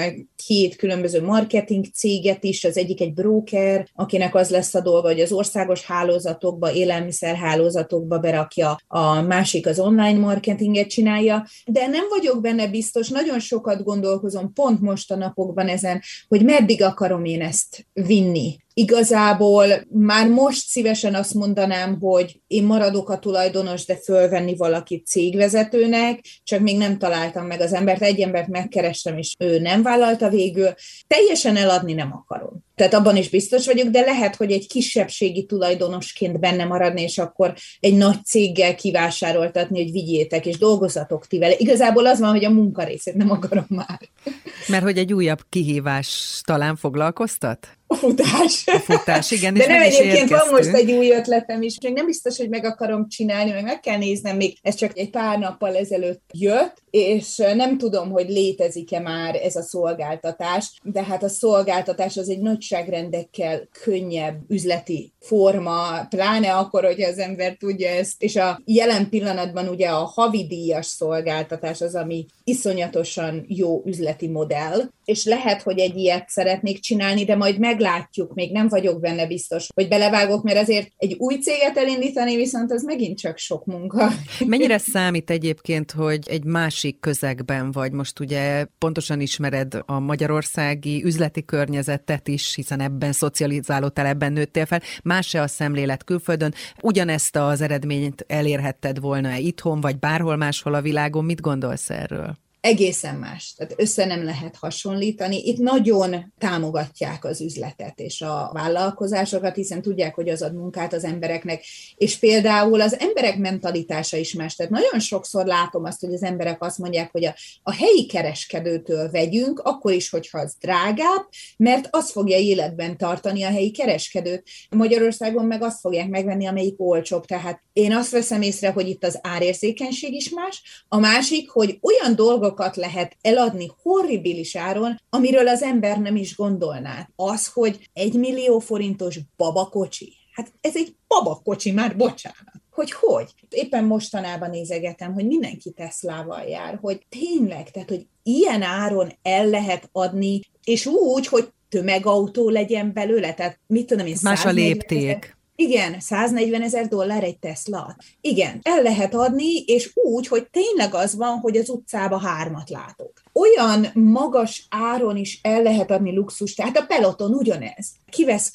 S3: 2 különböző marketing céget is, az egyik egy broker, akinek az lesz a dolga, hogy az országos hálózatokba, élelmiszerhálózatokba berakja, a másik az online marketinget csinálja, de nem vagyok benne biztos, nagyon sokat gondolkozom pont most a napokban ezen, hogy meddig akarom én ezt vinni. Igazából már most szívesen azt mondanám, hogy én maradok a tulajdonos, de fölvenni valakit cégvezetőnek, csak még nem találtam meg az embert, egy embert megkerestem, és ő nem vállalta végül. Teljesen eladni nem akarom. Tehát abban is biztos vagyok, de lehet, hogy egy kisebbségi tulajdonosként benne maradni, és akkor egy nagy céggel kivásároltatni, hogy vigyétek, és dolgozatok ti vele. Igazából az van, hogy a munkarészét nem akarom már.
S2: Mert hogy egy újabb kihívás talán foglalkoztat?
S3: A futás.
S2: A futás, igen.
S3: De nem, egyébként van most egy új ötletem is, még nem biztos, hogy meg akarom csinálni, meg kell néznem még, ez csak egy pár nappal ezelőtt jött, és nem tudom, hogy létezik-e már ez a szolgáltatás, de hát a szolgáltatás az egy nagyságrendekkel könnyebb üzleti forma, pláne akkor, hogyha az ember tudja ezt, és a jelen pillanatban ugye a havidíjas szolgáltatás az, ami iszonyatosan jó üzleti modell, és lehet, hogy egy ilyet szeretnék csinálni, de majd meglátjuk, még nem vagyok benne biztos, hogy belevágok, mert azért egy új céget elindítani, viszont az megint csak sok munka.
S2: Mennyire számít egyébként, hogy egy másik közegben vagy? Most ugye pontosan ismered a magyarországi üzleti környezetet is, hiszen ebben szocializálódtál, ebben nőttél fel. Más-e a szemlélet külföldön? Ugyanezt az eredményt elérhetted volna itthon, vagy bárhol máshol a világon? Mit gondolsz erről?
S3: Egészen más. Tehát össze nem lehet hasonlítani. Itt nagyon támogatják az üzletet és a vállalkozásokat, hiszen tudják, hogy az ad munkát az embereknek, és például az emberek mentalitása is más. Tehát nagyon sokszor látom azt, hogy az emberek azt mondják, hogy a helyi kereskedőtől vegyünk, akkor is, hogyha az drágább, mert az fogja életben tartani a helyi kereskedőt. Magyarországon meg azt fogják megvenni, amelyik olcsóbb. Tehát én azt veszem észre, hogy itt az árérzékenység is más. A másik, hogy olyan dolgok lehet eladni horribilis áron, amiről az ember nem is gondolná. Az, hogy 1 millió forintos babakocsi. Hát ez egy babakocsi már, bocsánat. Hogy? Éppen mostanában nézegetem, hogy mindenki Teslával jár, hogy tényleg, tehát, hogy ilyen áron el lehet adni, és úgy, hogy tömegautó legyen belőle, tehát mit tudom én,
S2: más a lépték.
S3: Igen, $140,000 egy Tesla. Igen, el lehet adni, és úgy, hogy tényleg az van, hogy az utcába 3 látok. Olyan magas áron is el lehet adni luxus, tehát a Peloton ugyanez. Kivesz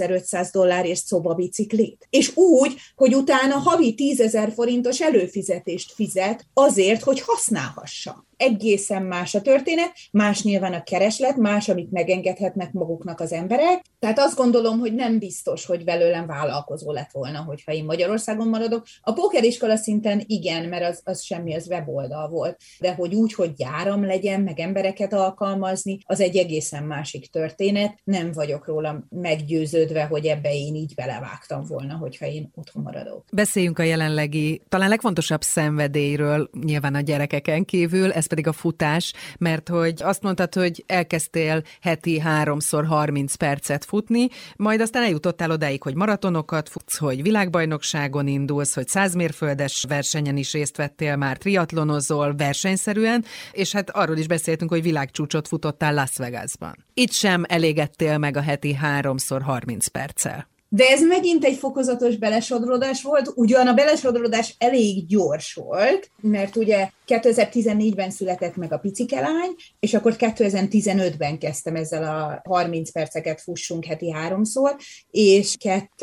S3: $2,500 szobabiciklit. És úgy, hogy utána havi 10,000 forintos előfizetést fizet azért, hogy használhassa. Egészen más a történet, más nyilván a kereslet, más, amit megengedhetnek maguknak az emberek. Tehát azt gondolom, hogy nem biztos, hogy belőlem vállalkozó lett volna, hogyha én Magyarországon maradok. A pókeriskola szinten igen, mert az semmi, az weboldal volt. De hogy úgy, hogy gyáram legyen, meg embereket alkalmazni, az egy egészen másik történet. Nem vagyok róla meggyőződve, hogy ebbe én így belevágtam volna, hogyha én otthon maradok.
S2: Beszéljünk a jelenlegi, talán legfontosabb szenvedélyről, nyilván a gyerekeken kívül, ez pedig a futás, mert hogy azt mondtad, hogy elkezdtél heti 3-szor 30 percet futni, majd aztán eljutottál odáig, hogy maratonokat futsz, hogy világbajnokságon indulsz, hogy 100 mérföldes versenyen is részt vettél, már triatlonozol versenyszerűen, és hát arról is beszéltünk, hogy világcsúcsot futottál Las Vegasban. Itt sem elégedtél meg a heti 3-szor 30 perccel.
S3: De ez megint egy fokozatos belesodródás volt, ugyan a belesodródás elég gyors volt, mert ugye 2014-ben született meg a picike lány, és akkor 2015-ben kezdtem ezzel a 30 perceket fussunk heti 3-szor, és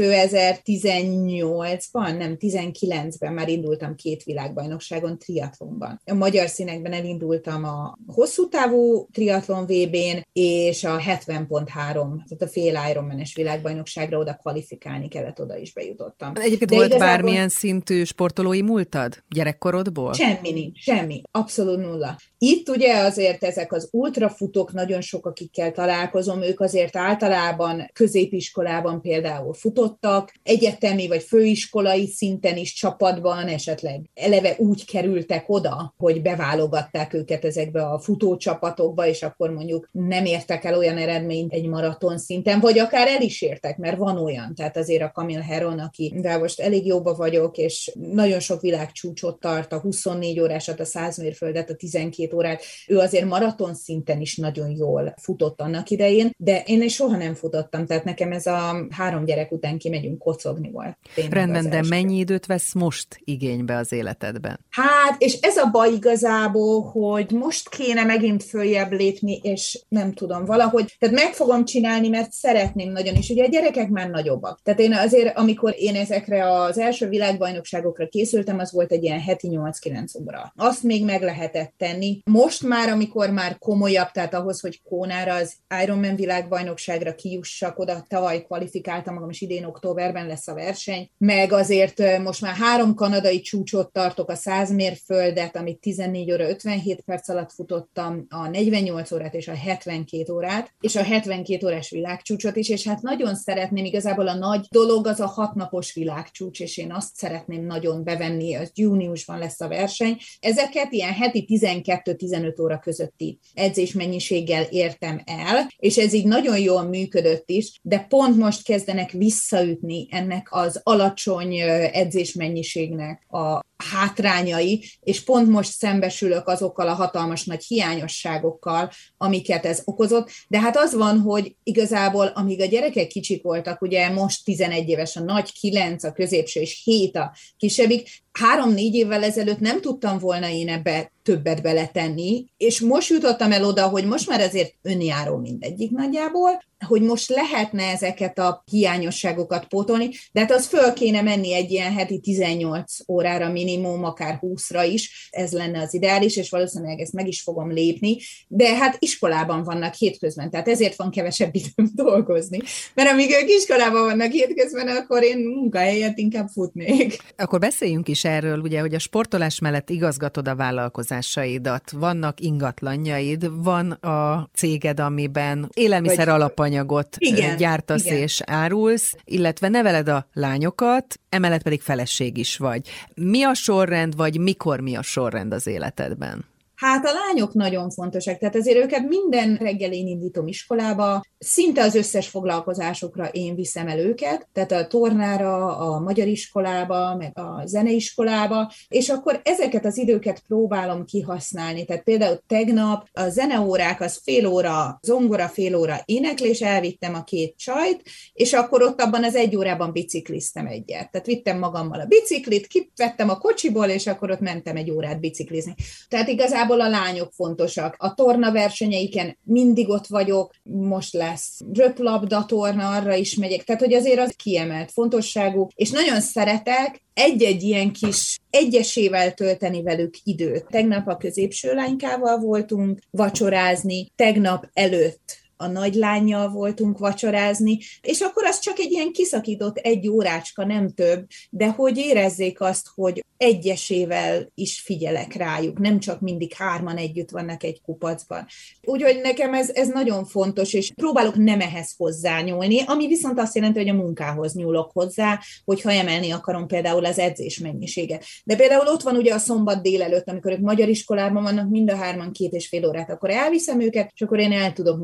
S3: 2018-ban, nem, 19-ben már indultam 2 világbajnokságon triatlonban. A magyar színekben elindultam a hosszú távú triatlon VB-n, és a 70.3, tehát a fél Ironman-es világbajnokságra oda kvalifikálni kellett, oda is bejutottam.
S2: Egyébként volt bármilyen szintű sportolói múltad gyerekkorodból?
S3: Semmi nincs, semmi, abszolút nulla. Itt ugye azért ezek az ultrafutók, nagyon sok, akikkel találkozom, ők azért általában középiskolában például futottak, egyetemi vagy főiskolai szinten is csapatban, esetleg eleve úgy kerültek oda, hogy beválogatták őket ezekbe a futócsapatokba, és akkor mondjuk nem értek el olyan eredményt egy maraton szinten, vagy akár el is értek, mert van olyan. Tehát azért a Camille Herron, akivel most elég jóba vagyok, és nagyon sok világcsúcsot tart, a 24 órásat, a 100 mérföldet, a 12 órát, ő azért maraton szinten is nagyon jól futott annak idején, de én soha nem futottam, tehát nekem ez a 3 gyerek után kimegyünk kocogni volt.
S2: Rendben, de mennyi időt vesz most igénybe az életedben?
S3: Hát, és ez a baj igazából, hogy most kéne megint följebb lépni, és nem tudom, valahogy, tehát meg fogom csinálni, mert szeretném nagyon, és ugye a gyerekek már nagyobbak. Tehát én azért, amikor én ezekre az első világbajnokságokra készültem, az volt egy ilyen heti 8-9 óra. Azt még meg lehetett tenni. Most már, amikor már komolyabb, tehát ahhoz, hogy Kónára az Ironman világbajnokságra kijussak, oda tavaly kvalifikáltam magam, és idén októberben lesz a verseny, meg azért most már 3 kanadai csúcsot tartok, a 100 mérföldet, amit 14 óra 57 perc alatt futottam, a 48 órát és a 72 órát, és a 72 órás világcsúcsot is, és hát nagyon szeretném, igazából a nagy dolog az a 6 napos világcsúcs, és én azt szeretném nagyon bevenni, az júniusban lesz a verseny. Ezeket ilyen heti 12-15 óra közötti edzésmennyiséggel értem el, és ez így nagyon jól működött is, de pont most kezdenek visszaütni ennek az alacsony edzésmennyiségnek a hátrányai, és pont most szembesülök azokkal a hatalmas nagy hiányosságokkal, amiket ez okozott, de hát az van, hogy igazából, amíg a gyerekek kicsik voltak, ugye most 11 éves a nagy, 9 a középső, és 7 a kisebbik, 3-4 évvel ezelőtt nem tudtam volna én ebbe többet beletenni, és most jutottam el oda, hogy most már azért önjáró mindegyik nagyjából, hogy most lehetne ezeket a hiányosságokat pótolni, de hát az föl kéne menni egy ilyen heti 18 órára minimum, akár 20-ra is, ez lenne az ideális, és valószínűleg ezt meg is fogom lépni, de hát iskolában vannak hétközben, tehát ezért van kevesebb időm dolgozni, mert amíg ők iskolában vannak hétközben, akkor én munkahelyet inkább futnék.
S2: Akkor beszéljünk is erről, ugye, hogy a sportolás mellett igazgatod a vállalkozásaidat, vannak ingatlanjaid, van a céged, amiben élelmiszer alapanyagot gyártasz és árulsz, illetve neveled a lányokat, emellett pedig feleség is vagy. Mi a sorrend, vagy mikor mi a sorrend az életedben?
S3: Hát a lányok nagyon fontosak, tehát azért őket minden reggel én indítom iskolába, szinte az összes foglalkozásokra én viszem el őket, tehát a tornára, a magyar iskolába, meg a zeneiskolába, és akkor ezeket az időket próbálom kihasználni. Tehát például tegnap a zeneórák az fél óra zongora, fél óra éneklés, elvittem a 2 csajt, és akkor ott abban az 1 órában bicikliztem egyet. Tehát vittem magammal a biciklit, kivettem a kocsiból, és akkor ott mentem 1 órát biciklizni. Tehát igazából a lányok fontosak. A tornaversenyeiken mindig ott vagyok, most lesz röplabda torna, arra is megyek. Tehát, hogy azért az kiemelt fontosságú, és nagyon szeretek egy-egy ilyen kis egyesével tölteni velük időt. Tegnap a középső lánykával voltunk vacsorázni, tegnap előtt a nagylánnyal voltunk vacsorázni, és akkor az csak egy ilyen kiszakított 1 órácska, nem több, de hogy érezzék azt, hogy egyesével is figyelek rájuk, nem csak mindig 3-an együtt vannak egy kupacban. Úgyhogy nekem ez nagyon fontos, és próbálok nem ehhez hozzányúlni, ami viszont azt jelenti, hogy a munkához nyúlok hozzá, hogyha emelni akarom például az edzés mennyiséget. De például ott van ugye a szombat délelőtt, amikor ők magyar iskolában vannak, mind a 3-an 2,5 órát, akkor elviszem őket, és akkor én el tudok menni legalább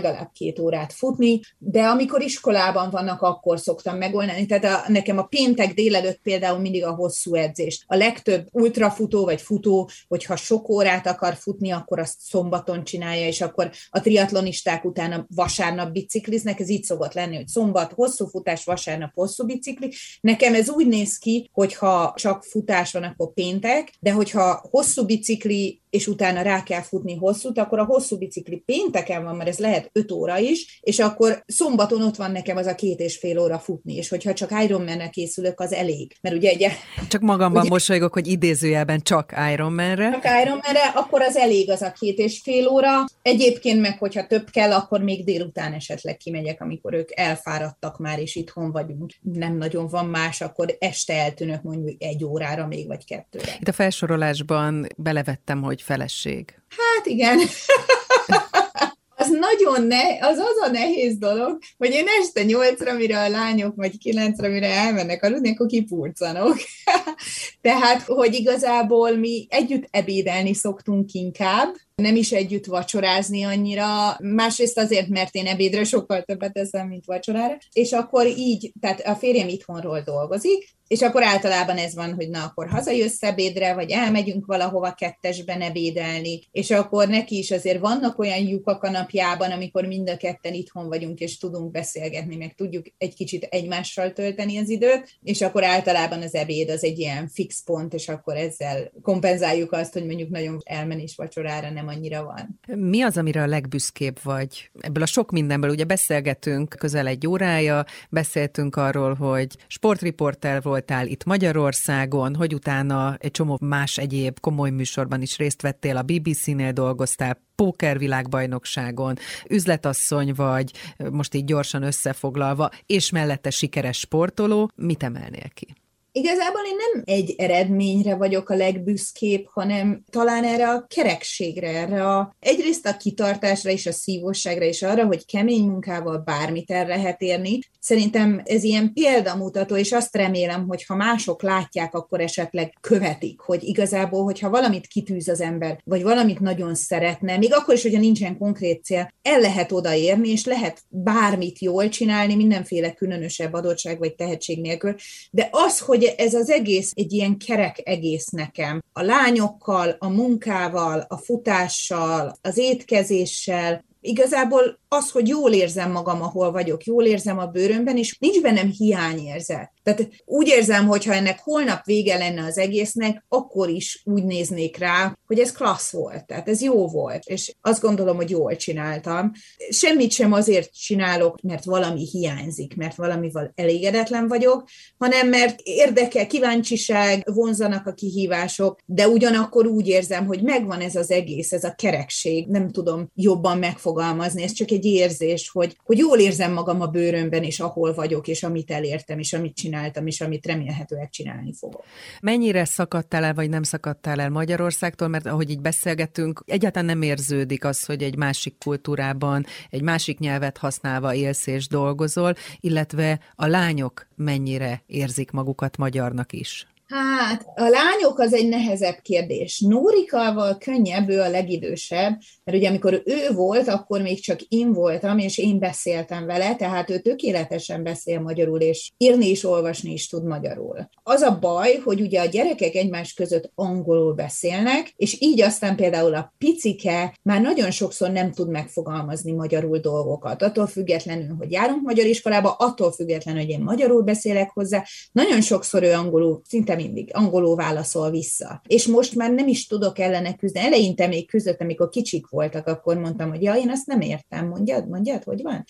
S3: legalább 2 órát futni, de amikor iskolában vannak, akkor szoktam megoldani. Tehát nekem a péntek délelőtt például mindig a hosszú edzés. A legtöbb ultrafutó vagy futó, hogyha sok órát akar futni, akkor azt szombaton csinálja, és akkor a triatlonisták utána vasárnap bicikliznek, ez így szokott lenni, hogy szombat hosszú futás, vasárnap hosszú bicikli. Nekem ez úgy néz ki, hogyha csak futás van, akkor péntek, de hogyha hosszú bicikli, és utána rá kell futni hosszút, akkor a hosszú bicikli pénteken van, mert ez lehet 5 óra is, és akkor szombaton ott van nekem az a 2,5 óra futni, és hogyha csak Ironman-re készülök, az elég. Mert ugye
S2: csak magamban mosolygok, hogy idézőjelben csak Ironman-re.
S3: Csak Ironman-re, akkor az elég az a 2,5 óra. Egyébként meg, hogyha több kell, akkor még délután esetleg kimegyek, amikor ők elfáradtak már, és itthon vagyunk. Nem nagyon van más, akkor este eltűnök mondjuk 1 órára még, vagy 2-re.
S2: Itt a felsorolásban belevettem, hogy feleség.
S3: Hát igen. Az nagyon az a nehéz dolog, hogy én este 8-ra, mire a lányok, vagy 9-re, mire elmennek aludni, akkor kipurcanok. Tehát, hogy igazából mi együtt ebédelni szoktunk inkább, nem is együtt vacsorázni annyira, másrészt azért, mert én ebédre sokkal többet eszem, mint vacsorára, és akkor így, tehát a férjem itthonról dolgozik, és akkor általában ez van, hogy na, akkor hazajössz ebédre, vagy elmegyünk valahova 2-esben ebédelni, és akkor neki is azért vannak olyan lyukak a napjában, amikor mind a ketten itthon vagyunk, és tudunk beszélgetni, meg tudjuk egy kicsit egymással tölteni az időt, és akkor általában az ebéd az egy ilyen fix pont, és akkor ezzel kompenzáljuk azt, hogy mondjuk nagyon elmenés vacsorára nem annyira van.
S2: Mi az, amire a legbüszkébb vagy? Ebből a sok mindenből ugye beszélgetünk közel 1 órája, beszéltünk arról, hogy sportriporter voltál itt Magyarországon, hogy utána egy csomó más egyéb komoly műsorban is részt vettél, a BBC-nél dolgoztál, pókervilágbajnokságon, üzletasszony vagy, most így gyorsan összefoglalva, és mellette sikeres sportoló. Mit emelnél ki?
S3: Igazából én nem egy eredményre vagyok a legbüszkébb, hanem talán erre a kerekségre, egyrészt a kitartásra és a szívosságra, és arra, hogy kemény munkával bármit el lehet érni. Szerintem ez ilyen példamutató, és azt remélem, hogy ha mások látják, akkor esetleg követik, hogy igazából, hogyha valamit kitűz az ember, vagy valamit nagyon szeretne, még akkor is, hogyha nincsen konkrét cél, el lehet odaérni, és lehet bármit jól csinálni, mindenféle különösebb adottság vagy tehetség nélkül, de az, hogy ez az egész egy ilyen kerek egész nekem. A lányokkal, a munkával, a futással, az étkezéssel, igazából az, hogy jól érzem magam, ahol vagyok, jól érzem a bőrömben, és nincs bennem hiányérzet. Tehát úgy érzem, hogy ha ennek holnap vége lenne az egésznek, akkor is úgy néznék rá, hogy ez klassz volt, tehát ez jó volt, és azt gondolom, hogy jól csináltam. Semmit sem azért csinálok, mert valami hiányzik, mert valamivel elégedetlen vagyok, hanem mert érdekel, kíváncsiság, vonzanak a kihívások, de ugyanakkor úgy érzem, hogy megvan ez az egész, ez a kerekség, nem tudom jobban megfogalmazni, ez csak egy érzés, hogy jól érzem magam a bőrömben, és ahol vagyok, és amit elértem, és amit csináltam, és amit remélhetőleg csinálni fogok.
S2: Mennyire szakadtál el, vagy nem szakadtál el Magyarországtól, mert ahogy így beszélgetünk, egyáltalán nem érződik az, hogy egy másik kultúrában, egy másik nyelvet használva élsz és dolgozol, illetve a lányok mennyire érzik magukat magyarnak is?
S3: Hát, a lányok az egy nehezebb kérdés. Nórikával könnyebb, ő a legidősebb, mert ugye amikor ő volt, akkor még csak én voltam, és én beszéltem vele, tehát ő tökéletesen beszél magyarul, és írni és olvasni is tud magyarul. Az a baj, hogy ugye a gyerekek egymás között angolul beszélnek, és így aztán például a picike már nagyon sokszor nem tud megfogalmazni magyarul dolgokat. Attól függetlenül, hogy járunk magyar iskolába, attól függetlenül, hogy én magyarul beszélek hozzá, nagyon sokszor ő angolul, szinte mindig angolul válaszol vissza. És most már nem is tudok ellene küzdeni. Eleinte még küzdöttem, amikor kicsik voltak, akkor mondtam, hogy ja, én azt nem értem, mondjad, hogy van?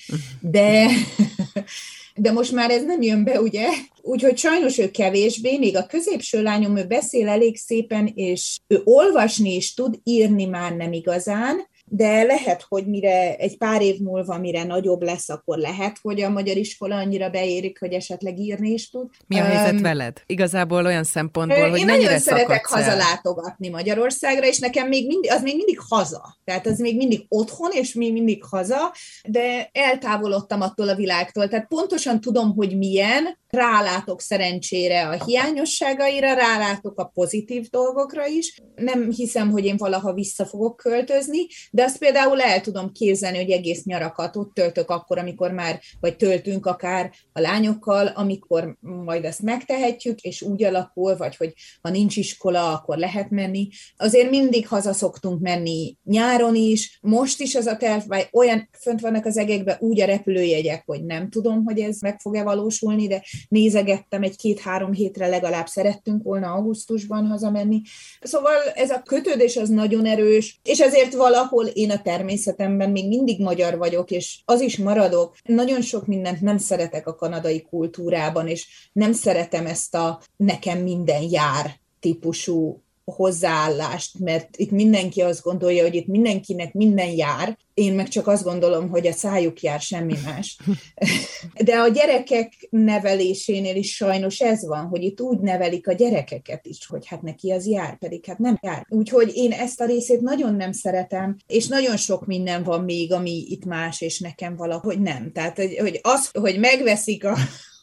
S3: De most már ez nem jön be, ugye? Úgyhogy sajnos ő kevésbé, még a középső lányom, ő beszél elég szépen, és ő olvasni is tud, írni már nem igazán, de lehet, hogy mire egy pár év múlva, mire nagyobb lesz, akkor lehet, hogy a magyar iskola annyira beérik, hogy esetleg írni is tud.
S2: Mi a helyzet veled? Igazából olyan szempontból, hogy
S3: én
S2: mennyire
S3: szakadsz el? Én nagyon szeretek hazalátogatni Magyarországra, és nekem még mindig haza. Tehát az még mindig otthon, és még mindig haza, de eltávolodtam attól a világtól. Tehát pontosan tudom, hogy milyen, rálátok szerencsére a hiányosságaira, rálátok a pozitív dolgokra is. Nem hiszem, hogy én valaha vissza fogok költözni, de azt például el tudom képzelni, hogy egész nyarakat ott töltök akkor, amikor már, vagy töltünk akár a lányokkal, amikor majd ezt megtehetjük, és úgy alakul, vagy hogy ha nincs iskola, akkor lehet menni. Azért mindig haza szoktunk menni nyáron is, most is az a terv, vagy olyan fönt vannak az egekben úgy a repülőjegyek, hogy nem tudom, hogy ez meg fog-e valósulni, de nézegettem, egy 2-3 hétre legalább szerettünk volna augusztusban hazamenni. Szóval ez a kötődés az nagyon erős, és ezért valahol én a természetemben még mindig magyar vagyok, és az is maradok. Nagyon sok mindent nem szeretek a kanadai kultúrában, és nem szeretem ezt a nekem minden jár típusú hozzáállást, mert itt mindenki azt gondolja, hogy itt mindenkinek minden jár, én meg csak azt gondolom, hogy a szájuk jár, semmi más. De a gyerekek nevelésénél is sajnos ez van, hogy itt úgy nevelik a gyerekeket is, hogy hát neki az jár, pedig hát nem jár. Úgyhogy én ezt a részét nagyon nem szeretem, és nagyon sok minden van még, ami itt más, és nekem valahogy nem. Tehát, hogy az, hogy megveszik a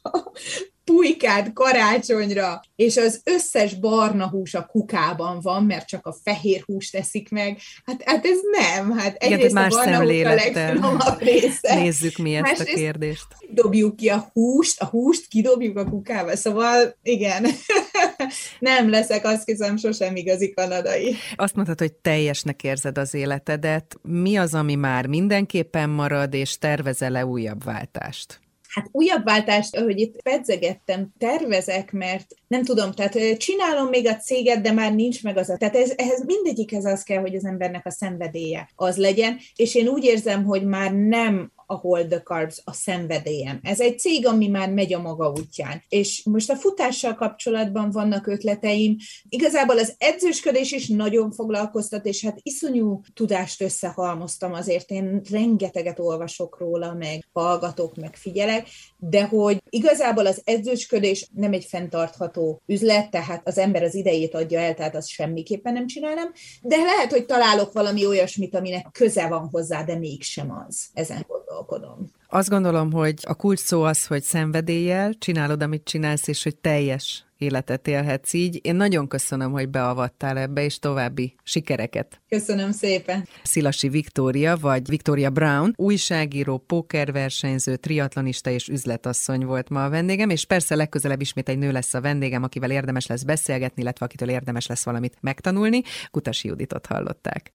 S3: pulykát karácsonyra, és az összes barna hús a kukában van, mert csak a fehér húst teszik meg. Hát ez nem. Hát egyrészt
S2: más
S3: a barna hús a legfinomabb része.
S2: Nézzük mi ezt a kérdést.
S3: Dobjuk ki a húst kidobjuk a kukába, szóval igen. Nem leszek, azt hiszem, sosem igazi kanadai.
S2: Azt mondtad, hogy teljesnek érzed az életedet. Mi az, ami már mindenképpen marad, és tervezel-e újabb váltást?
S3: Hát újabb váltást, ahogy itt pedzegettem, tervezek, mert nem tudom, tehát csinálom még a céget, de már nincs meg az a... Tehát ehhez mindegyikhez az kell, hogy az embernek a szenvedélye az legyen, és én úgy érzem, hogy már nem a Hold the Carbs a szenvedélyem. Ez egy cég, ami már megy a maga útján. És most a futással kapcsolatban vannak ötleteim. Igazából az edzősködés is nagyon foglalkoztat, és hát iszonyú tudást összehalmoztam, azért én rengeteget olvasok róla, meg hallgatok, meg figyelek, de hogy igazából az edzősködés nem egy fenntartható üzlet, tehát az ember az idejét adja el, tehát azt semmiképpen nem csinálom, de lehet, hogy találok valami olyasmit, aminek köze van hozzá, de mégsem az. Ezen gondolkodom.
S2: Azt gondolom, hogy a kulcs szó az, hogy szenvedéllyel csinálod, amit csinálsz, és hogy teljes életet élhetsz így. Én nagyon köszönöm, hogy beavattál ebbe, és további sikereket.
S3: Köszönöm szépen.
S2: Szilasi Viktória, vagy Victoria Brown, újságíró, pókerversenyző, triatlonista és üzletasszony volt ma a vendégem, és persze legközelebb ismét egy nő lesz a vendégem, akivel érdemes lesz beszélgetni, illetve akitől érdemes lesz valamit megtanulni. Kutasi Juditot hallották.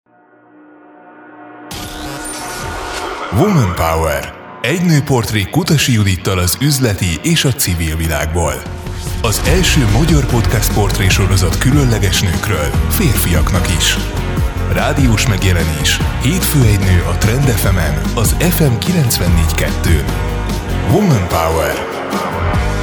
S1: Woman Power. Egy nőportré Kutasi Judittal az üzleti és a civil világból. Az első magyar podcast portrésorozat különleges nőkről, férfiaknak is. Rádiós megjelenés. Hétfő egy nő a Trend FM-en, az FM 94.2-n. Woman Power.